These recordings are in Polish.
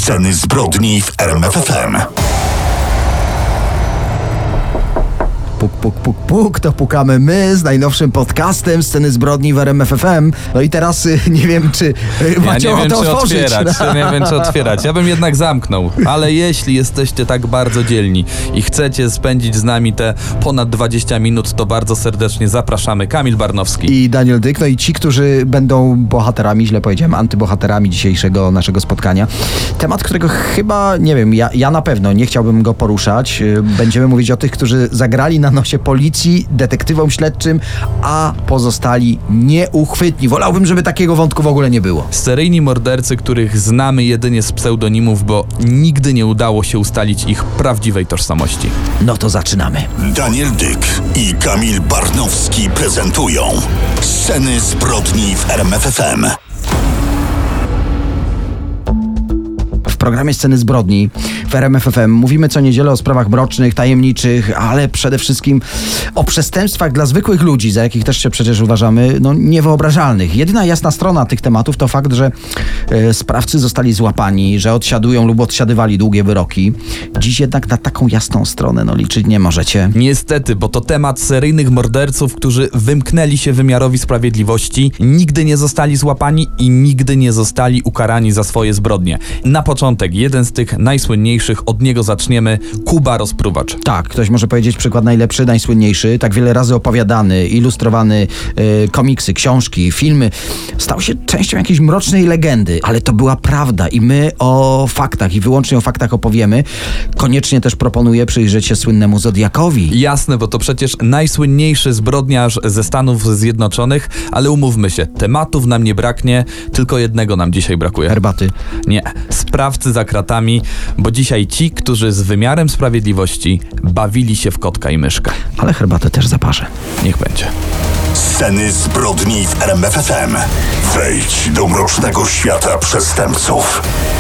Sceny zbrodni w RMF FM. Puk, puk, puk, puk, to pukamy my z najnowszym podcastem Sceny zbrodni w RMF FM. No i teraz nie wiem, czy macie ochotę otworzyć. Nie wiem, czy otwierać. Ja bym jednak zamknął. Ale jeśli jesteście tak bardzo dzielni i chcecie spędzić z nami te ponad 20 minut, to bardzo serdecznie zapraszamy. Kamil Barnowski i Daniel Dyk. No i ci, którzy będą bohaterami, źle powiedziałem, antybohaterami dzisiejszego naszego spotkania. Temat, którego chyba, nie wiem, ja na pewno nie chciałbym go poruszać. Będziemy mówić o tych, którzy zagrali na nosie policji, detektywom śledczym, a pozostali nieuchwytni. Wolałbym, żeby takiego wątku w ogóle nie było. Seryjni mordercy, których znamy jedynie z pseudonimów, bo nigdy nie udało się ustalić ich prawdziwej tożsamości. No to zaczynamy. Daniel Dyk i Kamil Barnowski prezentują Sceny zbrodni w RMF FM. W programie Sceny zbrodni w RMF FM mówimy co niedzielę o sprawach mrocznych, tajemniczych, ale przede wszystkim o przestępstwach dla zwykłych ludzi, za jakich też się przecież uważamy niewyobrażalnych. Jedyna jasna strona tych tematów to fakt, że sprawcy zostali złapani, że odsiadują lub odsiadywali długie wyroki. Dziś jednak na taką jasną stronę liczyć nie możecie. Niestety, bo to temat seryjnych morderców, którzy wymknęli się wymiarowi sprawiedliwości, nigdy nie zostali złapani i nigdy nie zostali ukarani za swoje zbrodnie. Na początek jeden z tych najsłynniejszych, od niego zaczniemy, Kuba Rozpruwacz. Tak, ktoś może powiedzieć przykład najlepszy, najsłynniejszy, tak wiele razy opowiadany, ilustrowany, komiksy, książki, filmy. Stał się częścią jakiejś mrocznej legendy, ale to była prawda i my o faktach i wyłącznie o faktach opowiemy. Koniecznie też proponuję przyjrzeć się słynnemu Zodiakowi. Jasne, bo to przecież najsłynniejszy zbrodniarz ze Stanów Zjednoczonych, ale umówmy się, tematów nam nie braknie, tylko jednego nam dzisiaj brakuje. Herbaty. Nie, sprawcy za kratami, bo dzisiaj ci, którzy z wymiarem sprawiedliwości bawili się w kotka i myszkę. Ale herbatę też zaparzę. Niech będzie. Sceny zbrodni w RMF FM. Wejdź do mrocznego świata przestępców.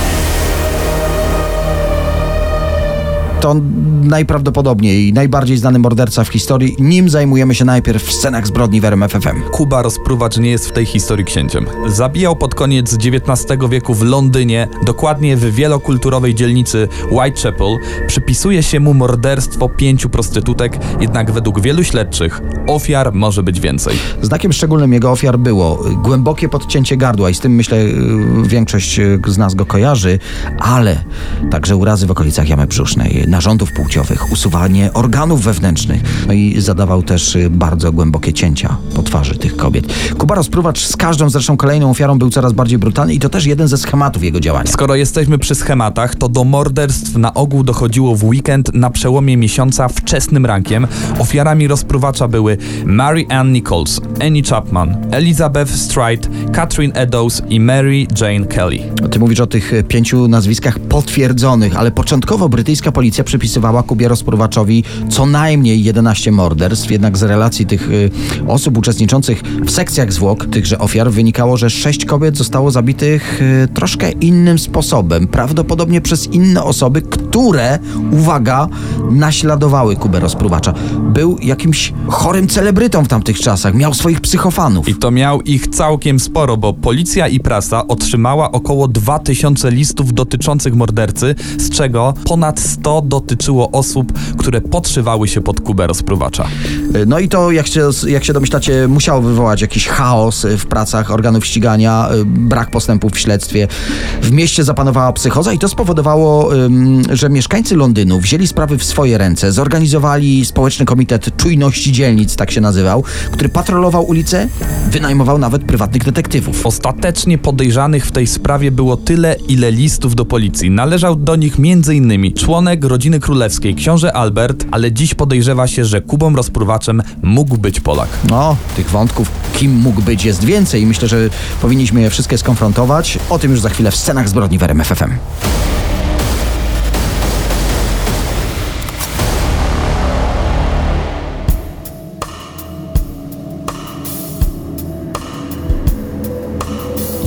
To najprawdopodobniej najbardziej znany morderca w historii. Nim zajmujemy się najpierw w Scenach zbrodni w RMF FM. Kuba Rozpruwacz nie jest w tej historii księciem. Zabijał pod koniec XIX wieku w Londynie, dokładnie w wielokulturowej dzielnicy Whitechapel. Przypisuje się mu morderstwo 5 prostytutek, jednak według wielu śledczych ofiar może być więcej. Znakiem szczególnym jego ofiar było głębokie podcięcie gardła i z tym, myślę, większość z nas go kojarzy, ale także urazy w okolicach jamy brzusznej, narządów płciowych, usuwanie organów wewnętrznych. No i zadawał też bardzo głębokie cięcia po twarzy tych kobiet. Kuba Rozpruwacz z każdą zresztą kolejną ofiarą był coraz bardziej brutalny i to też jeden ze schematów jego działania. Skoro jesteśmy przy schematach, to do morderstw na ogół dochodziło w weekend na przełomie miesiąca wczesnym rankiem. Ofiarami Rozpruwacza były Mary Ann Nichols, Annie Chapman, Elizabeth Stride, Catherine Eddowes i Mary Jane Kelly. Ty mówisz o tych 5 nazwiskach potwierdzonych, ale początkowo brytyjska policja przypisywała Kubie Rozpruwaczowi co najmniej 11 morderstw, jednak z relacji tych osób uczestniczących w sekcjach zwłok tychże ofiar wynikało, że 6 kobiet zostało zabitych troszkę innym sposobem, prawdopodobnie przez inne osoby, które, uwaga, naśladowały Kubę Rozpruwacza. Był jakimś chorym celebrytą w tamtych czasach, miał swoich psychofanów. I to miał ich całkiem sporo, bo policja i prasa otrzymała około 2000 listów dotyczących mordercy, z czego ponad 100 dotyczyło osób, które podszywały się pod Kubę Rozpruwacza. No i to, jak się domyślacie, musiało wywołać jakiś chaos w pracach organów ścigania, brak postępów w śledztwie. W mieście zapanowała psychoza i to spowodowało, że mieszkańcy Londynu wzięli sprawy w swoje ręce, zorganizowali społeczny komitet czujności dzielnic, tak się nazywał, który patrolował ulice, wynajmował nawet prywatnych detektywów. Ostatecznie podejrzanych w tej sprawie było tyle, ile listów do policji. Należał do nich m.in. członek rodziny królewskiej, książę Albert, ale dziś podejrzewa się, że Kubą Rozpruwaczem mógł być Polak. No, tych wątków, kim mógł być, jest więcej i myślę, że powinniśmy je wszystkie skonfrontować. O tym już za chwilę w Scenach zbrodni w RMF FM.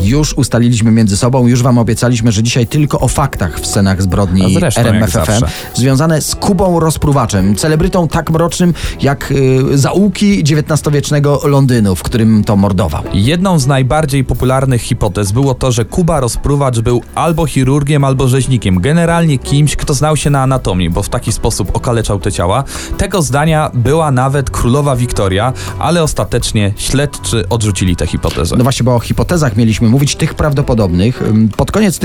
Już ustaliliśmy między sobą, już wam obiecaliśmy, że dzisiaj tylko o faktach w scenach zbrodni RMF FM związane z Kubą Rozpruwaczem, celebrytą tak mrocznym jak zaułki XIX-wiecznego Londynu, w którym to mordował. Jedną z najbardziej popularnych hipotez było to, że Kuba Rozpruwacz był albo chirurgiem, albo rzeźnikiem. Generalnie kimś, kto znał się na anatomii, bo w taki sposób okaleczał te ciała. Tego zdania była nawet królowa Wiktoria, ale ostatecznie śledczy odrzucili tę hipotezę. No właśnie, bo o hipotezach mieliśmy mówić, tych prawdopodobnych. Pod koniec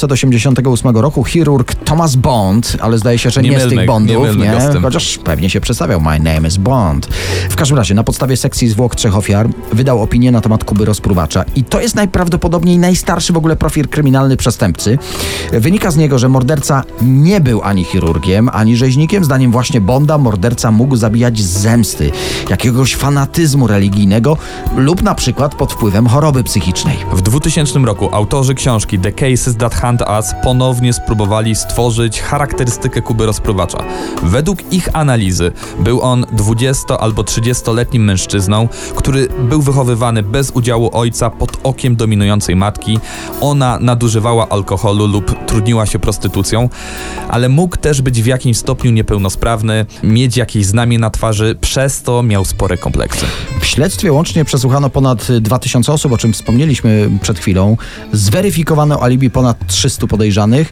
1888 roku chirurg Thomas Bond, ale zdaje się, że nie z tych Bondów, nie? Chociaż pewnie się przedstawiał, my name is Bond. W każdym razie, na podstawie sekcji zwłok 3 ofiar wydał opinię na temat Kuby Rozpruwacza i to jest najprawdopodobniej najstarszy w ogóle profil kryminalny przestępcy. Wynika z niego, że morderca nie był ani chirurgiem, ani rzeźnikiem. Zdaniem właśnie Bonda morderca mógł zabijać z zemsty, jakiegoś fanatyzmu religijnego lub na przykład pod wpływem choroby psychicznej. W 2000 roku autorzy książki The Cases That Hunt Us ponownie spróbowali stworzyć charakterystykę Kuby Rozpruwacza. Według ich analizy był on 20- albo 30-letnim mężczyzną, który był wychowywany bez udziału ojca pod okiem dominującej matki. Ona nadużywała alkoholu lub trudniła się prostytucją, ale mógł też być w jakimś stopniu niepełnosprawny, mieć jakieś znamie na twarzy, przez to miał spore kompleksy. W śledztwie łącznie przesłuchano ponad 2000 osób, o czym wspomnieliśmy przed chwilą. Zweryfikowano alibi ponad 300 podejrzanych.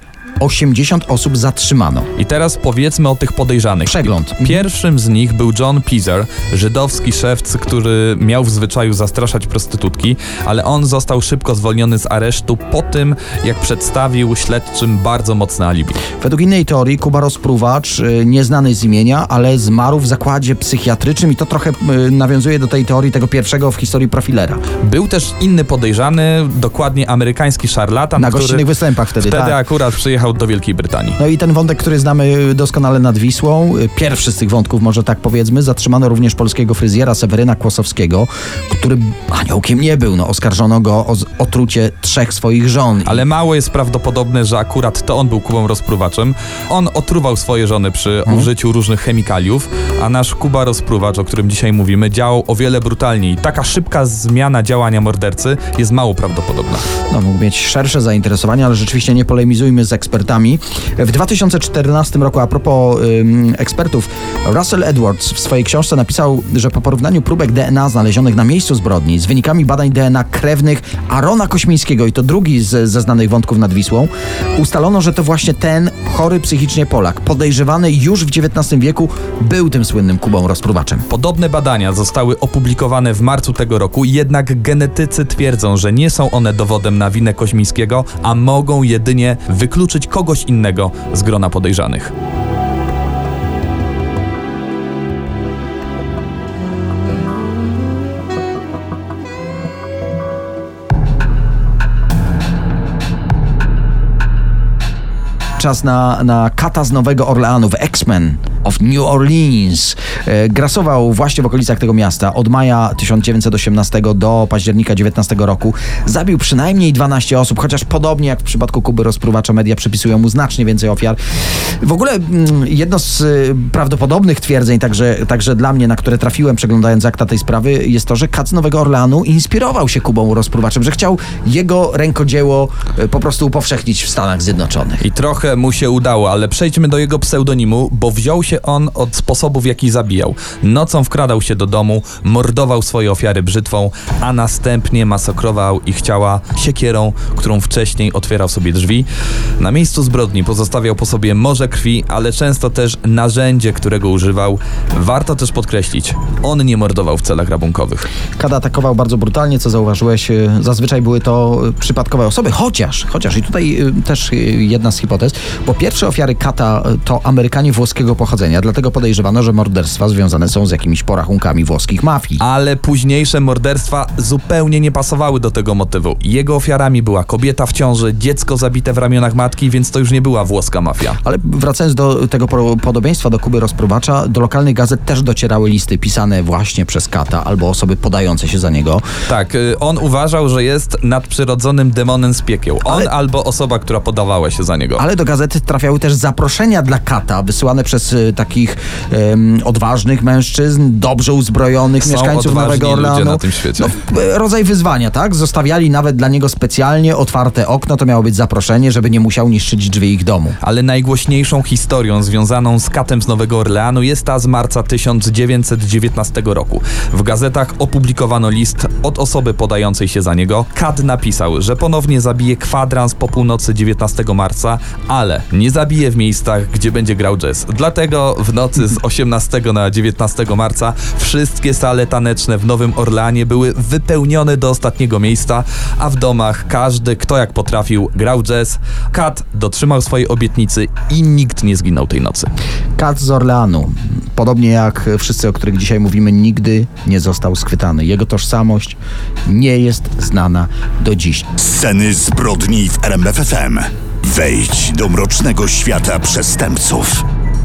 80 osób zatrzymano. I teraz powiedzmy o tych podejrzanych. Przegląd. Pierwszym z nich był John Pizer, żydowski szewc, który miał w zwyczaju zastraszać prostytutki, ale on został szybko zwolniony z aresztu po tym, jak przedstawił śledczym bardzo mocne alibi. Według innej teorii Kuba Rozpruwacz, nieznany z imienia, ale zmarł w zakładzie psychiatrycznym i to trochę nawiązuje do tej teorii tego pierwszego w historii profilera. Był też inny podejrzany, dokładnie amerykański szarlatan, na gościnnych występach wtedy, tak. Akurat przyjechał do Wielkiej Brytanii. No i ten wątek, który znamy doskonale nad Wisłą, pierwszy z tych wątków, może tak powiedzmy, zatrzymano również polskiego fryzjera Seweryna Kłosowskiego, który aniołkiem nie był. No, oskarżono go o otrucie 3 swoich żon. Ale mało jest prawdopodobne, że akurat to on był Kubą Rozpruwaczem. On otruwał swoje żony przy użyciu różnych chemikaliów, a nasz Kuba Rozpruwacz, o którym dzisiaj mówimy, działał o wiele brutalniej. Taka szybka zmiana działania mordercy jest mało prawdopodobna. No, mógł mieć szersze zainteresowanie, ale rzeczywiście nie polemizujmy z ekspertami. W 2014 roku, a propos ekspertów, Russell Edwards w swojej książce napisał, że po porównaniu próbek DNA znalezionych na miejscu zbrodni z wynikami badań DNA krewnych Arona Kośmińskiego, i to drugi ze znanych wątków nad Wisłą, ustalono, że to właśnie ten chory psychicznie Polak, podejrzewany już w XIX wieku, był tym słynnym Kubą Rozpruwaczem. Podobne badania zostały opublikowane w marcu tego roku, jednak genetycy twierdzą, że nie są one dowodem na winę Koźmińskiego, a mogą jedynie wykluczyć kogoś innego z grona podejrzanych. Czas na Kata z Nowego Orleanu, w X-Men of New Orleans. Grasował właśnie w okolicach tego miasta od maja 1918 do października 19 roku. Zabił przynajmniej 12 osób, chociaż podobnie jak w przypadku Kuby Rozpruwacza media przypisują mu znacznie więcej ofiar. W ogóle jedno z prawdopodobnych twierdzeń, także dla mnie, na które trafiłem przeglądając akta tej sprawy, jest to, że Kat z Nowego Orleanu inspirował się Kubą Rozpruwaczem, że chciał jego rękodzieło po prostu upowszechnić w Stanach Zjednoczonych. I trochę mu się udało, ale przejdźmy do jego pseudonimu, bo wziął się on od sposobów, w jaki zabijał. Nocą wkradał się do domu, mordował swoje ofiary brzytwą, a następnie masakrował ich ciała siekierą, którą wcześniej otwierał sobie drzwi. Na miejscu zbrodni pozostawiał po sobie morze krwi, ale często też narzędzie, którego używał. Warto też podkreślić, on nie mordował w celach rabunkowych. Kat atakował bardzo brutalnie, co zauważyłeś. Zazwyczaj były to przypadkowe osoby, chociaż i tutaj też jedna z hipotez, bo pierwsze ofiary Kata to Amerykanie włoskiego pochodzenia, dlatego podejrzewano, że morderstwa związane są z jakimiś porachunkami włoskich mafii. Ale późniejsze morderstwa zupełnie nie pasowały do tego motywu. Jego ofiarami była kobieta w ciąży, dziecko zabite w ramionach matki, więc to już nie była włoska mafia. Ale wracając do tego podobieństwa do Kuby Rozpruwacza, do lokalnych gazet też docierały listy pisane właśnie przez Kata albo osoby podające się za niego. Tak, on uważał, że jest nadprzyrodzonym demonem z piekieł. Albo osoba, która podawała się za niego. Ale do gazety trafiały też zaproszenia dla Kata, wysyłane przez takich odważnych mężczyzn, dobrze uzbrojonych Są mieszkańców Nowego ludzie Orleanu. na tym świecie. Rodzaj wyzwania, tak? Zostawiali nawet dla niego specjalnie otwarte okno, to miało być zaproszenie, żeby nie musiał niszczyć drzwi ich domu. Ale najgłośniejszą historią związaną z Katem z Nowego Orleanu jest ta z marca 1919 roku. W gazetach opublikowano list od osoby podającej się za niego. Kat napisał, że ponownie zabije kwadrans po północy 19 marca, ale nie zabije w miejscach, gdzie będzie grał jazz. Dlatego w nocy z 18 na 19 marca wszystkie sale taneczne w Nowym Orleanie były wypełnione do ostatniego miejsca, a w domach każdy, kto jak potrafił, grał jazz. Kat dotrzymał swojej obietnicy i nikt nie zginął tej nocy. Kat z Orleanu, podobnie jak wszyscy, o których dzisiaj mówimy, nigdy nie został schwytany. Jego tożsamość nie jest znana do dziś. Sceny zbrodni w RMF FM. Wejdź do mrocznego świata przestępców.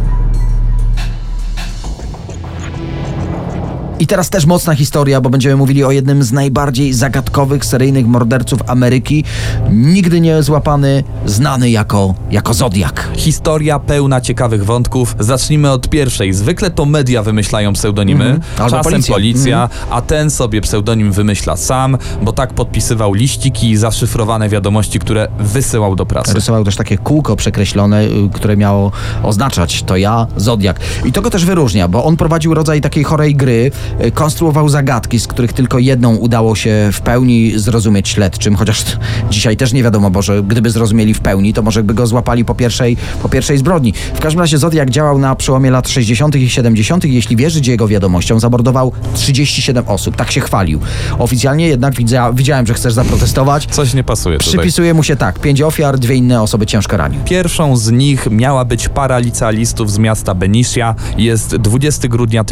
I teraz też mocna historia, bo będziemy mówili o jednym z najbardziej zagadkowych seryjnych morderców Ameryki. Nigdy nie złapany, znany jako Zodiak. Historia pełna ciekawych wątków. Zacznijmy od pierwszej. Zwykle to media wymyślają pseudonimy, Albo czasem policja. a ten sobie pseudonim wymyśla sam, bo tak podpisywał liściki i zaszyfrowane wiadomości, które wysyłał do prasy. Rysował też takie kółko przekreślone, które miało oznaczać to ja, Zodiak. I to go też wyróżnia, bo on prowadził rodzaj takiej chorej gry, konstruował zagadki, z których tylko jedną udało się w pełni zrozumieć śledczym, chociaż dzisiaj też nie wiadomo, bo że gdyby zrozumieli w pełni, to może by go złapali po pierwszej zbrodni. W każdym razie Zodiak działał na przełomie lat 60. i 70. Jeśli wierzyć jego wiadomościom, zamordował 37 osób. Tak się chwalił. Oficjalnie jednak widziałem, że chcesz zaprotestować. Coś nie pasuje tutaj. Przypisuje mu się 5 ofiar, 2 inne osoby ciężko ranił. Pierwszą z nich miała być para licealistów z miasta Benicia. Jest 20 grudnia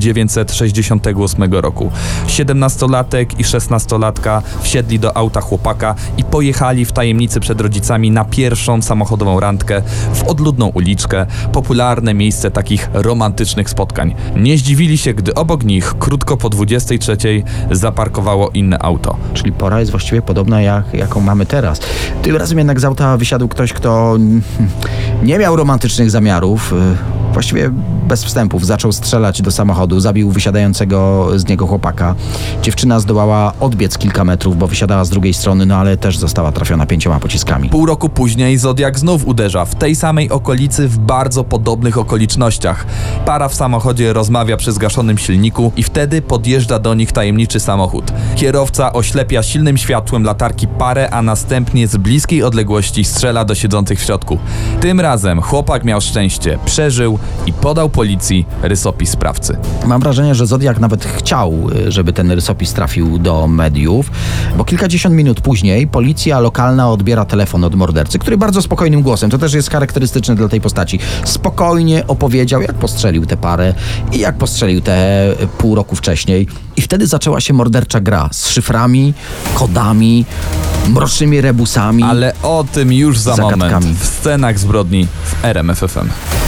1968 roku. 17-latek i 16-latka wsiedli do auta chłopaka i pojechali w tajemnicy przed rodzicami na pierwszą samochodową randkę w odludną uliczkę, popularne miejsce takich romantycznych spotkań. Nie zdziwili się, gdy obok nich krótko po 23 zaparkowało inne auto. Czyli pora jest właściwie podobna jaką mamy teraz. Tym razem jednak z auta wysiadł ktoś, kto nie miał romantycznych zamiarów. Właściwie bez wstępów zaczął strzelać do samochodu, zabił wysiadającego z niego chłopaka. Dziewczyna zdołała odbiec kilka metrów, bo wysiadała z drugiej strony, ale też została trafiona 5 pociskami. Pół roku później Zodiak znów uderza w tej samej okolicy w bardzo podobnych okolicznościach. Para w samochodzie rozmawia przy zgaszonym silniku i wtedy podjeżdża do nich tajemniczy samochód. Kierowca oślepia silnym światłem latarki parę, a następnie z bliskiej odległości strzela do siedzących w środku. Tym razem chłopak miał szczęście, przeżył i podał policji rysopis sprawcy. Mam wrażenie, że Zodiak nawet chciał, żeby ten rysopis trafił do mediów, bo kilkadziesiąt minut później policja lokalna odbiera telefon od mordercy, który bardzo spokojnym głosem, to też jest charakterystyczne dla tej postaci, spokojnie opowiedział, jak postrzelił tę parę i jak postrzelił te pół roku wcześniej. I wtedy zaczęła się mordercza gra z szyframi, kodami, mrocznymi rebusami. Ale o tym już za zagadkami. moment w Scenach zbrodni w RMF FM.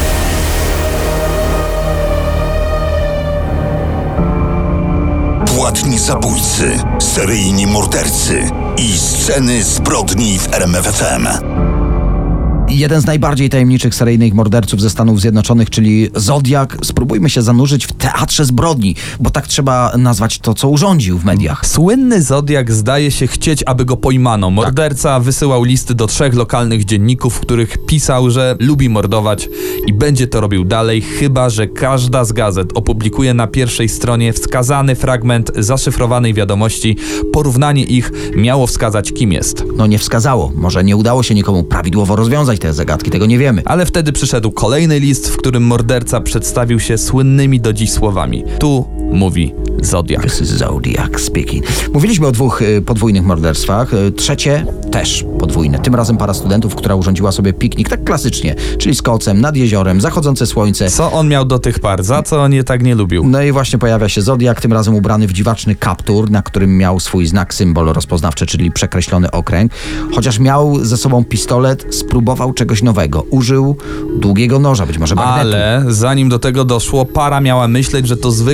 Płatni zabójcy, seryjni mordercy i sceny zbrodni w RMF FM. Jeden z najbardziej tajemniczych seryjnych morderców ze Stanów Zjednoczonych, czyli Zodiak. Spróbujmy się zanurzyć w teatrze zbrodni, bo tak trzeba nazwać to, co urządził w mediach. Słynny Zodiak zdaje się chcieć, aby go pojmano. Morderca wysyłał listy do 3 lokalnych dzienników, w których pisał, że lubi mordować i będzie to robił dalej, chyba że każda z gazet opublikuje na pierwszej stronie wskazany fragment zaszyfrowanej wiadomości. Porównanie ich miało wskazać, kim jest. No nie wskazało. Może nie udało się nikomu prawidłowo rozwiązać te zagadki, tego nie wiemy. Ale wtedy przyszedł kolejny list, w którym morderca przedstawił się słynnymi do dziś słowami. Tu mówi Zodiak. This is Zodiak speaking. Mówiliśmy o 2 podwójnych morderstwach. Trzecie też podwójne. Tym razem para studentów, która urządziła sobie piknik tak klasycznie, czyli z kocem, nad jeziorem, zachodzące słońce. Co on miał do tych par? Za co on je tak nie lubił? No i właśnie pojawia się Zodiak, tym razem ubrany w dziwaczny kaptur, na którym miał swój znak, symbol rozpoznawczy, czyli przekreślony okręg. Chociaż miał ze sobą pistolet, spróbował czegoś nowego. Użył długiego noża, być może magnetu. Ale zanim do tego doszło, para miała myśleć, że to zwykły napad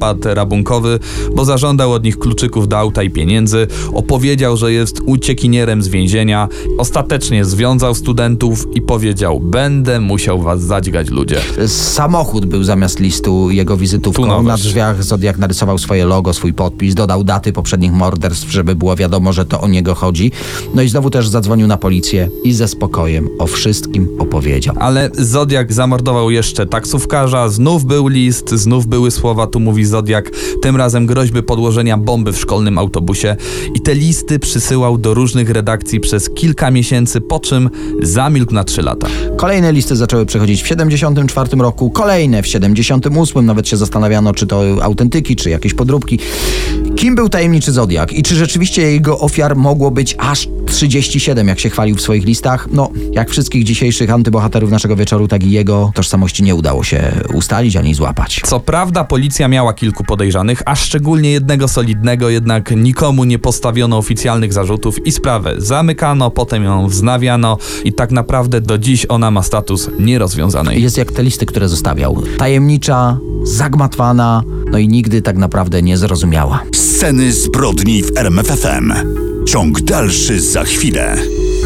napad rabunkowy, bo zażądał od nich kluczyków do auta i pieniędzy, opowiedział, że jest uciekinierem z więzienia, ostatecznie związał studentów i powiedział: będę musiał was zadźgać, ludzie. Samochód był zamiast listu jego wizytówką. Na drzwiach Zodiak narysował swoje logo, swój podpis, dodał daty poprzednich morderstw, żeby było wiadomo, że to o niego chodzi. No i znowu też zadzwonił na policję i ze spokojem o wszystkim opowiedział. Ale Zodiak zamordował jeszcze taksówkarza, znów był list, znów były słowa, tu mówi Zodiak, tym razem groźby podłożenia bomby w szkolnym autobusie i te listy przysyłał do różnych redakcji przez kilka miesięcy, po czym zamilkł na 3 lata. Kolejne listy zaczęły przechodzić w 74 roku, kolejne w 78, nawet się zastanawiano, czy to autentyki, czy jakieś podróbki. Kim był tajemniczy Zodiak i czy rzeczywiście jego ofiar mogło być aż 37, jak się chwalił w swoich listach? No, jak wszystkich dzisiejszych antybohaterów naszego wieczoru, tak i jego tożsamości nie udało się ustalić ani złapać. Co prawda policja miała kilku podejrzanych, a szczególnie jednego solidnego, jednak nikomu nie postawiono oficjalnych zarzutów i sprawę zamykano, potem ją wznawiano i tak naprawdę do dziś ona ma status nierozwiązanej. Jest jak te listy, które zostawiał. Tajemnicza, zagmatwana, no i nigdy tak naprawdę nie zrozumiała. Sceny zbrodni w RMFFM. Ciąg dalszy za chwilę.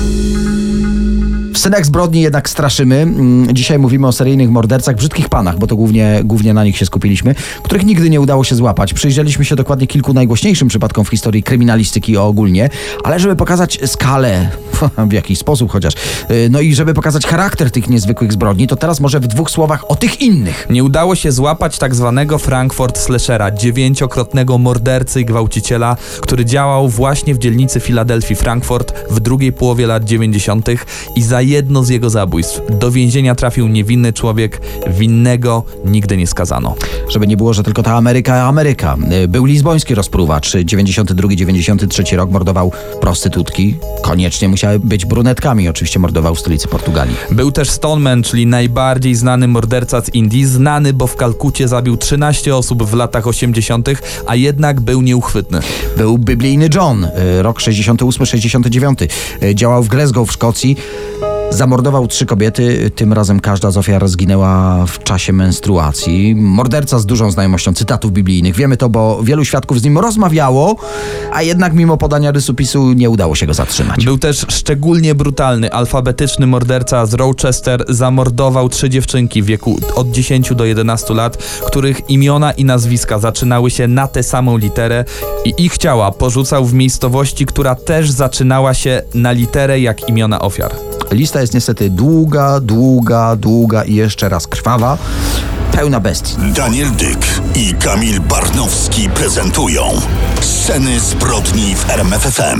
W Scenach zbrodni jednak straszymy. Dzisiaj mówimy o seryjnych mordercach, brzydkich panach, bo to głównie na nich się skupiliśmy, których nigdy nie udało się złapać. Przyjrzeliśmy się dokładnie kilku najgłośniejszym przypadkom w historii kryminalistyki ogólnie, ale żeby pokazać skalę, w jakiś sposób chociaż, no i żeby pokazać charakter tych niezwykłych zbrodni, to teraz może w 2 słowach o tych innych. Nie udało się złapać tak zwanego Frankfurt Slashera, 9-krotnego mordercy i gwałciciela, który działał właśnie w dzielnicy Filadelfii Frankfurt w drugiej połowie lat 90. i za jedno z jego zabójstw do więzienia trafił niewinny człowiek, winnego nigdy nie skazano. Żeby nie było, że tylko ta Ameryka. Był lizboński rozpruwacz, 92-93 rok, mordował prostytutki. Koniecznie musiały być brunetkami, oczywiście mordował w stolicy Portugalii. Był też Stoneman, czyli najbardziej znany morderca z Indii, znany, bo w Kalkucie zabił 13 osób w latach 80., a jednak był nieuchwytny. Był biblijny John, rok 68-69. Działał w Glasgow w Szkocji. Zamordował 3 kobiety, tym razem każda z ofiar zginęła w czasie menstruacji. Morderca z dużą znajomością cytatów biblijnych. Wiemy to, bo wielu świadków z nim rozmawiało, a jednak mimo podania rysopisu nie udało się go zatrzymać. Był też szczególnie brutalny, alfabetyczny morderca z Rochester. Zamordował 3 dziewczynki w wieku od 10 do 11 lat, których imiona i nazwiska zaczynały się na tę samą literę i ich ciała porzucał w miejscowości, która też zaczynała się na literę jak imiona ofiar. Lista jest niestety długa i jeszcze raz krwawa, pełna bestii. Daniel Dyk i Kamil Barnowski prezentują Sceny zbrodni w RMFFM.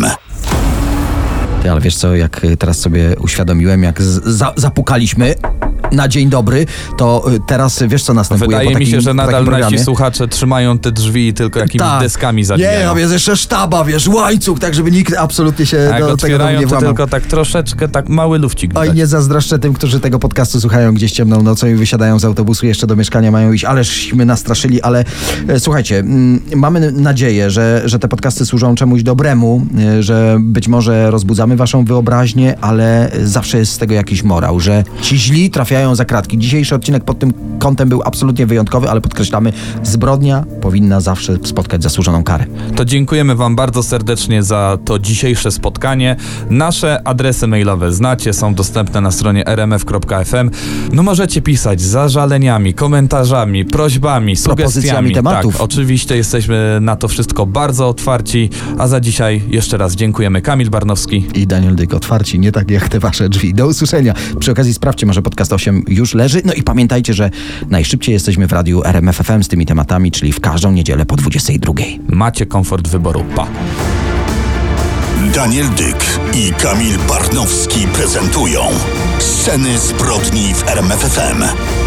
Ty, ale wiesz co, jak teraz sobie uświadomiłem, jak zapukaliśmy na dzień dobry, to teraz wiesz co następuje. Wydaje mi się, że nadal nasi słuchacze trzymają te drzwi tylko jakimiś deskami zabijają. Nie, no jest jeszcze sztaba, wiesz, łańcuch, tak żeby nikt absolutnie się do tego nie włamał. Tylko tak troszeczkę, tak mały lufcik. Oj, nie zazdroszczę tym, którzy tego podcastu słuchają gdzieś ciemną nocą i wysiadają z autobusu, jeszcze do mieszkania mają iść, ależśmy nastraszyli, ale słuchajcie, mamy nadzieję, że te podcasty służą czemuś dobremu, że być może rozbudzamy waszą wyobraźnię, ale zawsze jest z tego jakiś morał, że ci źli trafiają za kratki. Dzisiejszy odcinek pod tym kątem był absolutnie wyjątkowy, ale podkreślamy, zbrodnia powinna zawsze spotkać zasłużoną karę. To dziękujemy wam bardzo serdecznie za to dzisiejsze spotkanie. Nasze adresy mailowe znacie, są dostępne na stronie rmf.fm. No możecie pisać zażaleniami, komentarzami, prośbami, sugestiami, tematów. Tak, oczywiście jesteśmy na to wszystko bardzo otwarci, a za dzisiaj jeszcze raz dziękujemy. Kamil Barnowski i Daniel Dyk, otwarci, nie tak jak te wasze drzwi. Do usłyszenia. Przy okazji sprawdźcie, może podcast 8 już leży. No i pamiętajcie, że najszybciej jesteśmy w radiu RMF FM z tymi tematami, czyli w każdą niedzielę po 22. Macie komfort wyboru. Pa! Daniel Dyk i Kamil Barnowski prezentują Sceny zbrodni w RMF FM.